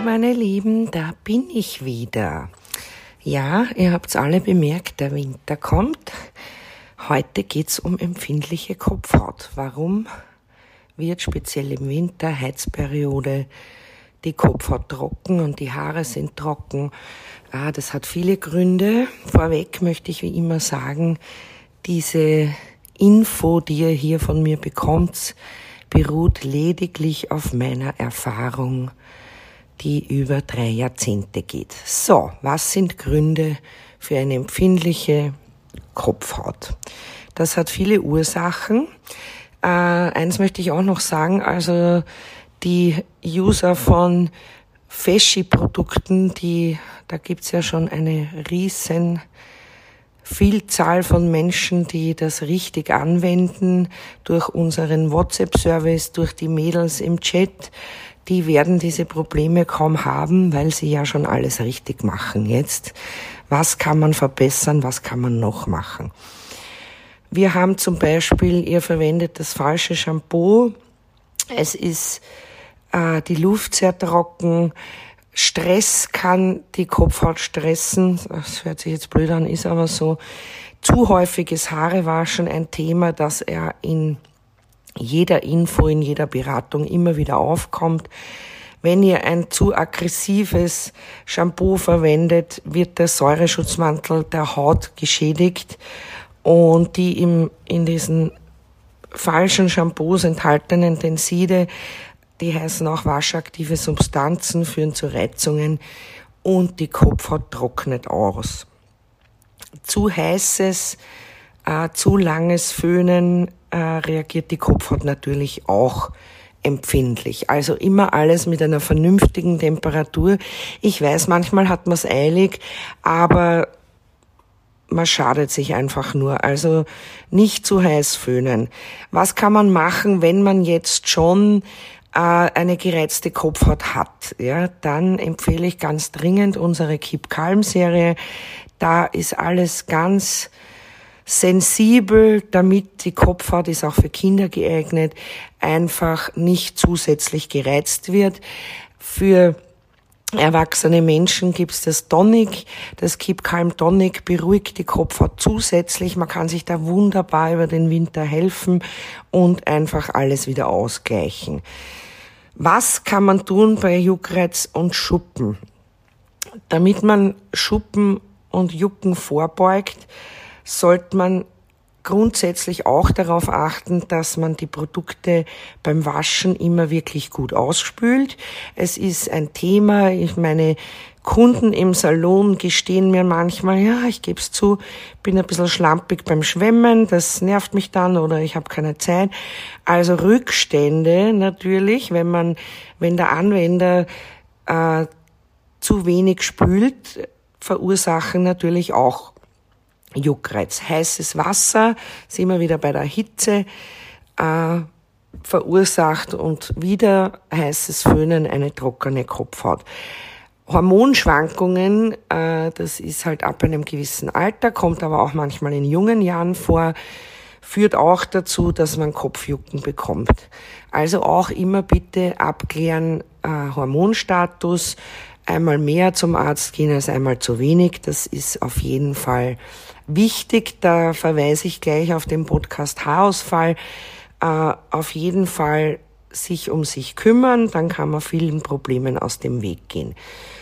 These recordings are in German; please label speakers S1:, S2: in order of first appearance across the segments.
S1: meine Lieben, da bin ich wieder. Ja, ihr habt's alle bemerkt, der Winter kommt. Heute geht's um empfindliche Kopfhaut. Warum wird speziell im Winter, Heizperiode, die Kopfhaut trocken und die Haare sind trocken? Das hat viele Gründe. Vorweg möchte ich wie immer sagen, diese Info, die ihr hier von mir bekommt, beruht lediglich auf meiner Erfahrung, die über 3 Jahrzehnte geht. So, was sind Gründe für eine empfindliche Kopfhaut? Das hat viele Ursachen. Eins möchte ich auch noch sagen, also die User von Fesci-Produkten, da gibt's ja schon eine riesen Vielzahl von Menschen, die das richtig anwenden, durch unseren WhatsApp-Service, durch die Mädels im Chat. Die werden diese Probleme kaum haben, weil sie ja schon alles richtig machen. Jetzt, was kann man verbessern, was kann man noch machen? Wir haben zum Beispiel, ihr verwendet das falsche Shampoo, es ist die Luft sehr trocken, Stress kann die Kopfhaut stressen, das hört sich jetzt blöd an, ist aber so. Zu häufiges Haarewaschen, ein Thema, das in jeder Info, in jeder Beratung immer wieder aufkommt. Wenn ihr ein zu aggressives Shampoo verwendet, wird der Säureschutzmantel der Haut geschädigt und die in diesen falschen Shampoos enthaltenen Tenside, die heißen auch waschaktive Substanzen, führen zu Reizungen und die Kopfhaut trocknet aus. Zu heißes, zu langes Föhnen reagiert die Kopfhaut natürlich auch empfindlich. Also immer alles mit einer vernünftigen Temperatur. Ich weiß, manchmal hat man es eilig, aber man schadet sich einfach nur. Also nicht zu heiß föhnen. Was kann man machen, wenn man jetzt schon eine gereizte Kopfhaut hat? Ja, dann empfehle ich ganz dringend unsere Keep Calm Serie. Da ist alles ganz sensibel, damit die Kopfhaut, ist auch für Kinder geeignet, einfach nicht zusätzlich gereizt wird. Für erwachsene Menschen gibt's das Tonic, das Keep Calm Tonic beruhigt die Kopfhaut zusätzlich. Man kann sich da wunderbar über den Winter helfen und einfach alles wieder ausgleichen. Was kann man tun bei Juckreiz und Schuppen? Damit man Schuppen und Jucken vorbeugt, sollte man grundsätzlich auch darauf achten, dass man die Produkte beim Waschen immer wirklich gut ausspült. Es ist ein Thema, meine Kunden im Salon gestehen mir manchmal, ja, ich gebe es zu, bin ein bisschen schlampig beim Schwemmen, das nervt mich dann oder ich habe keine Zeit. Also Rückstände natürlich, wenn der Anwender zu wenig spült, verursachen natürlich auch Juckreiz. Heißes Wasser, sind wir wieder bei der Hitze, verursacht und wieder heißes Föhnen eine trockene Kopfhaut. Hormonschwankungen, das ist halt ab einem gewissen Alter, kommt aber auch manchmal in jungen Jahren vor, führt auch dazu, dass man Kopfjucken bekommt. Also auch immer bitte abklären, Hormonstatus, einmal mehr zum Arzt gehen als einmal zu wenig, das ist auf jeden Fall wichtig. Da verweise ich gleich auf den Podcast Haarausfall. Auf jeden Fall sich um sich kümmern, dann kann man vielen Problemen aus dem Weg gehen.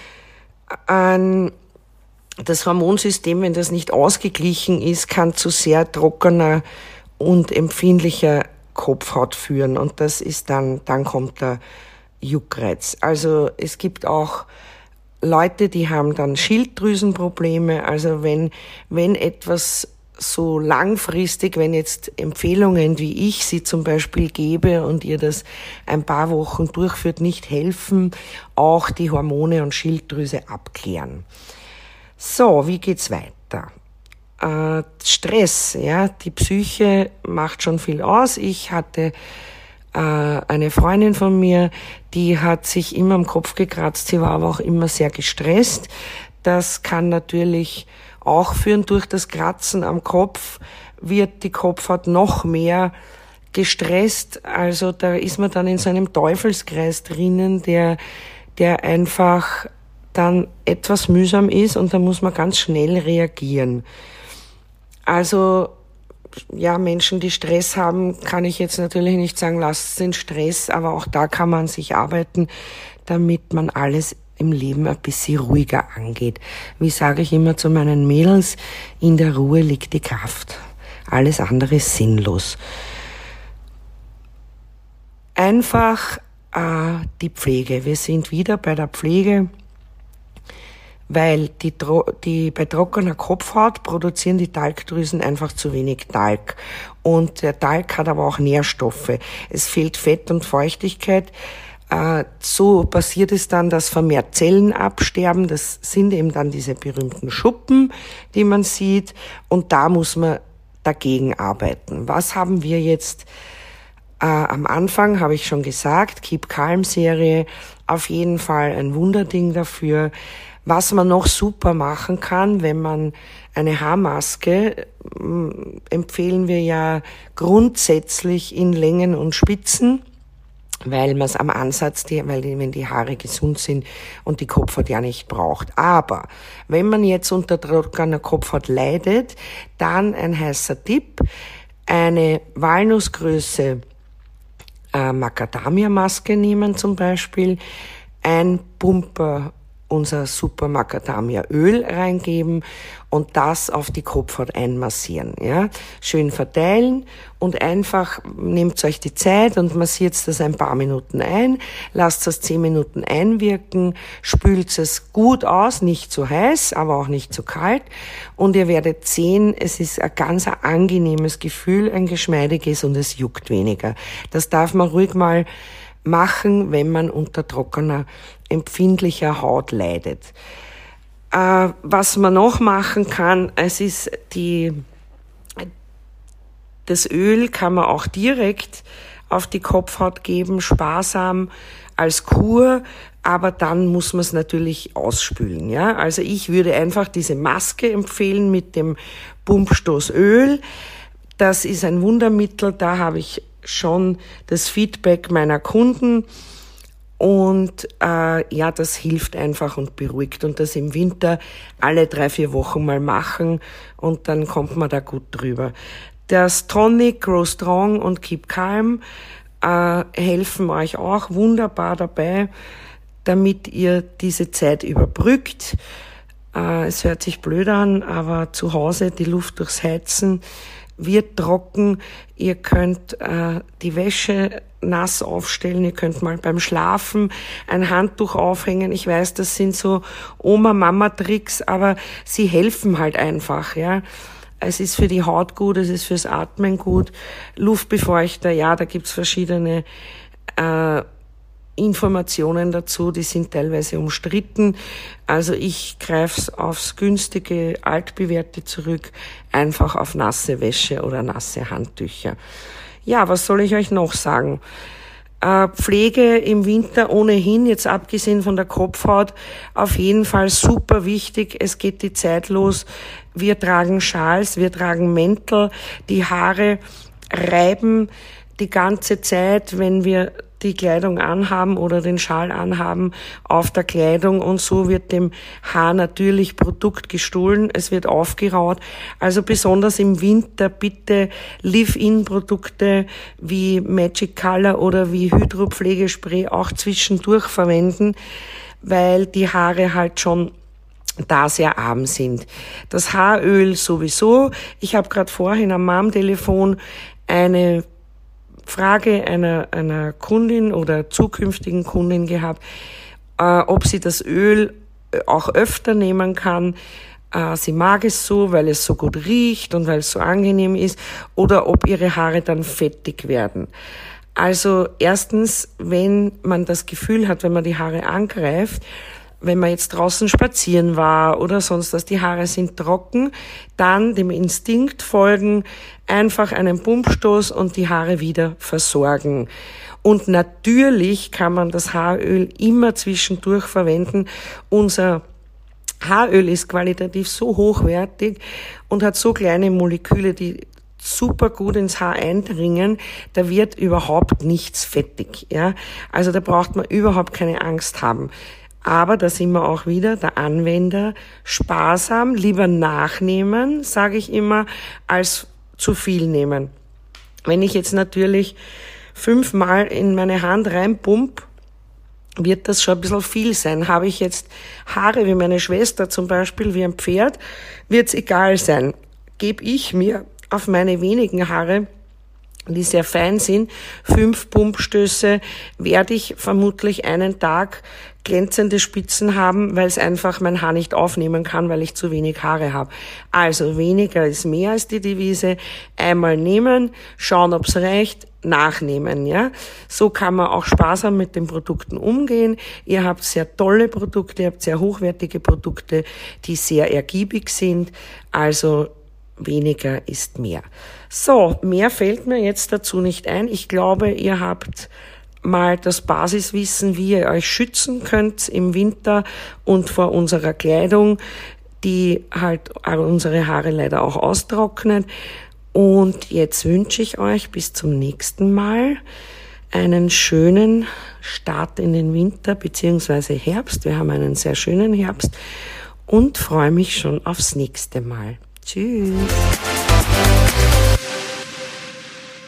S1: Das Hormonsystem, wenn das nicht ausgeglichen ist, kann zu sehr trockener und empfindlicher Kopfhaut führen und das ist dann kommt der Juckreiz. Also es gibt auch Leute, die haben dann Schilddrüsenprobleme, also wenn etwas so langfristig, wenn jetzt Empfehlungen, wie ich sie zum Beispiel gebe und ihr das ein paar Wochen durchführt, nicht helfen, auch die Hormone und Schilddrüse abklären. So, wie geht's weiter? Stress, ja, die Psyche macht schon viel aus. Ich hatte eine Freundin von mir, die hat sich immer am Kopf gekratzt, sie war aber auch immer sehr gestresst. Das kann natürlich auch führen, durch das Kratzen am Kopf wird die Kopfhaut noch mehr gestresst. Also da ist man dann in so einem Teufelskreis drinnen, der der einfach dann etwas mühsam ist und da muss man ganz schnell reagieren. Also, ja, Menschen, die Stress haben, kann ich jetzt natürlich nicht sagen, lasst den Stress, aber auch da kann man sich arbeiten, damit man alles im Leben ein bisschen ruhiger angeht. Wie sage ich immer zu meinen Mädels, in der Ruhe liegt die Kraft. Alles andere ist sinnlos. Einfach die Pflege. Wir sind wieder bei der Pflege, weil die bei trockener Kopfhaut produzieren die Talgdrüsen einfach zu wenig Talg. Und der Talg hat aber auch Nährstoffe. Es fehlt Fett und Feuchtigkeit. So passiert es dann, dass vermehrt Zellen absterben. Das sind eben dann diese berühmten Schuppen, die man sieht. Und da muss man dagegen arbeiten. Was haben wir jetzt am Anfang, habe ich schon gesagt, Keep Calm Serie, auf jeden Fall ein Wunderding dafür. Was man noch super machen kann, wenn man eine Haarmaske, empfehlen wir ja grundsätzlich in Längen und Spitzen, weil man es am Ansatz, wenn die Haare gesund sind und die Kopfhaut ja nicht braucht. Aber wenn man jetzt unter trockener Kopfhaut leidet, dann ein heißer Tipp, eine Walnussgröße Macadamia-Maske nehmen zum Beispiel, ein Pumper unser Super Macadamia-Öl reingeben und das auf die Kopfhaut einmassieren. Ja, schön verteilen und einfach nehmt euch die Zeit und massiert das ein paar Minuten ein, lasst es 10 Minuten einwirken, spült es gut aus, nicht zu heiß, aber auch nicht zu kalt und ihr werdet sehen, es ist ein ganz angenehmes Gefühl, ein geschmeidiges und es juckt weniger. Das darf man ruhig mal machen, wenn man unter trockener, empfindlicher Haut leidet. Was man noch machen kann, es ist das Öl kann man auch direkt auf die Kopfhaut geben, sparsam als Kur, aber dann muss man es natürlich ausspülen. Ja? Also ich würde einfach diese Maske empfehlen mit dem Pumpstoßöl. Das ist ein Wundermittel, da habe ich schon das Feedback meiner Kunden und ja, das hilft einfach und beruhigt und das im Winter alle 3-4 Wochen mal machen und dann kommt man da gut drüber. Das Tonic, Grow Strong und Keep Calm helfen euch auch wunderbar dabei, damit ihr diese Zeit überbrückt. Es hört sich blöd an, aber zu Hause die Luft durchs Heizen wird trocken, ihr könnt die Wäsche nass aufstellen, ihr könnt mal beim Schlafen ein Handtuch aufhängen. Ich weiß, das sind so Oma-Mama-Tricks, aber sie helfen halt einfach, ja. Es ist für die Haut gut, es ist fürs Atmen gut. Luftbefeuchter, ja, da gibt's verschiedene Informationen dazu, die sind teilweise umstritten. Also ich greife aufs günstige, altbewährte zurück, einfach auf nasse Wäsche oder nasse Handtücher. Ja, was soll ich euch noch sagen? Pflege im Winter ohnehin, jetzt abgesehen von der Kopfhaut, auf jeden Fall super wichtig. Es geht die Zeit los. Wir tragen Schals, wir tragen Mäntel, die Haare reiben die ganze Zeit, wenn wir die Kleidung anhaben oder den Schal anhaben, auf der Kleidung und so wird dem Haar natürlich Produkt gestohlen, es wird aufgeraut. Also besonders im Winter bitte Leave-In-Produkte wie Magic Color oder wie Hydropflegespray auch zwischendurch verwenden, weil die Haare halt schon da sehr arm sind. Das Haaröl sowieso. Ich habe gerade vorhin am Telefon eine Frage einer Kundin oder zukünftigen Kundin gehabt, ob sie das Öl auch öfter nehmen kann. Sie mag es so, weil es so gut riecht und weil es so angenehm ist, oder ob ihre Haare dann fettig werden. Also erstens, wenn man das Gefühl hat, wenn man die Haare angreift, wenn man jetzt draußen spazieren war oder sonst was, die Haare sind trocken, dann dem Instinkt folgen, einfach einen Pumpstoß und die Haare wieder versorgen. Und natürlich kann man das Haaröl immer zwischendurch verwenden. Unser Haaröl ist qualitativ so hochwertig und hat so kleine Moleküle, die super gut ins Haar eindringen. Da wird überhaupt nichts fettig, ja. Also da braucht man überhaupt keine Angst haben. Aber da sind wir auch wieder, der Anwender, sparsam, lieber nachnehmen, sage ich immer, als zu viel nehmen. Wenn ich jetzt natürlich 5-mal in meine Hand reinpump, wird das schon ein bisschen viel sein. Habe ich jetzt Haare wie meine Schwester zum Beispiel, wie ein Pferd, wird's egal sein. Gebe ich mir auf meine wenigen Haare, die sehr fein sind, 5 Pumpstöße, werde ich vermutlich einen Tag glänzende Spitzen haben, weil es einfach mein Haar nicht aufnehmen kann, weil ich zu wenig Haare habe. Also weniger ist mehr als die Devise. Einmal nehmen, schauen, ob's reicht, nachnehmen, ja. So kann man auch sparsam mit den Produkten umgehen. Ihr habt sehr tolle Produkte, ihr habt sehr hochwertige Produkte, die sehr ergiebig sind. Also weniger ist mehr. So, mehr fällt mir jetzt dazu nicht ein. Ich glaube, ihr habt mal das Basiswissen, wie ihr euch schützen könnt im Winter und vor unserer Kleidung, die halt unsere Haare leider auch austrocknet. Und jetzt wünsche ich euch bis zum nächsten Mal einen schönen Start in den Winter bzw. Herbst. Wir haben einen sehr schönen Herbst und freue mich schon aufs nächste Mal. Tschüss.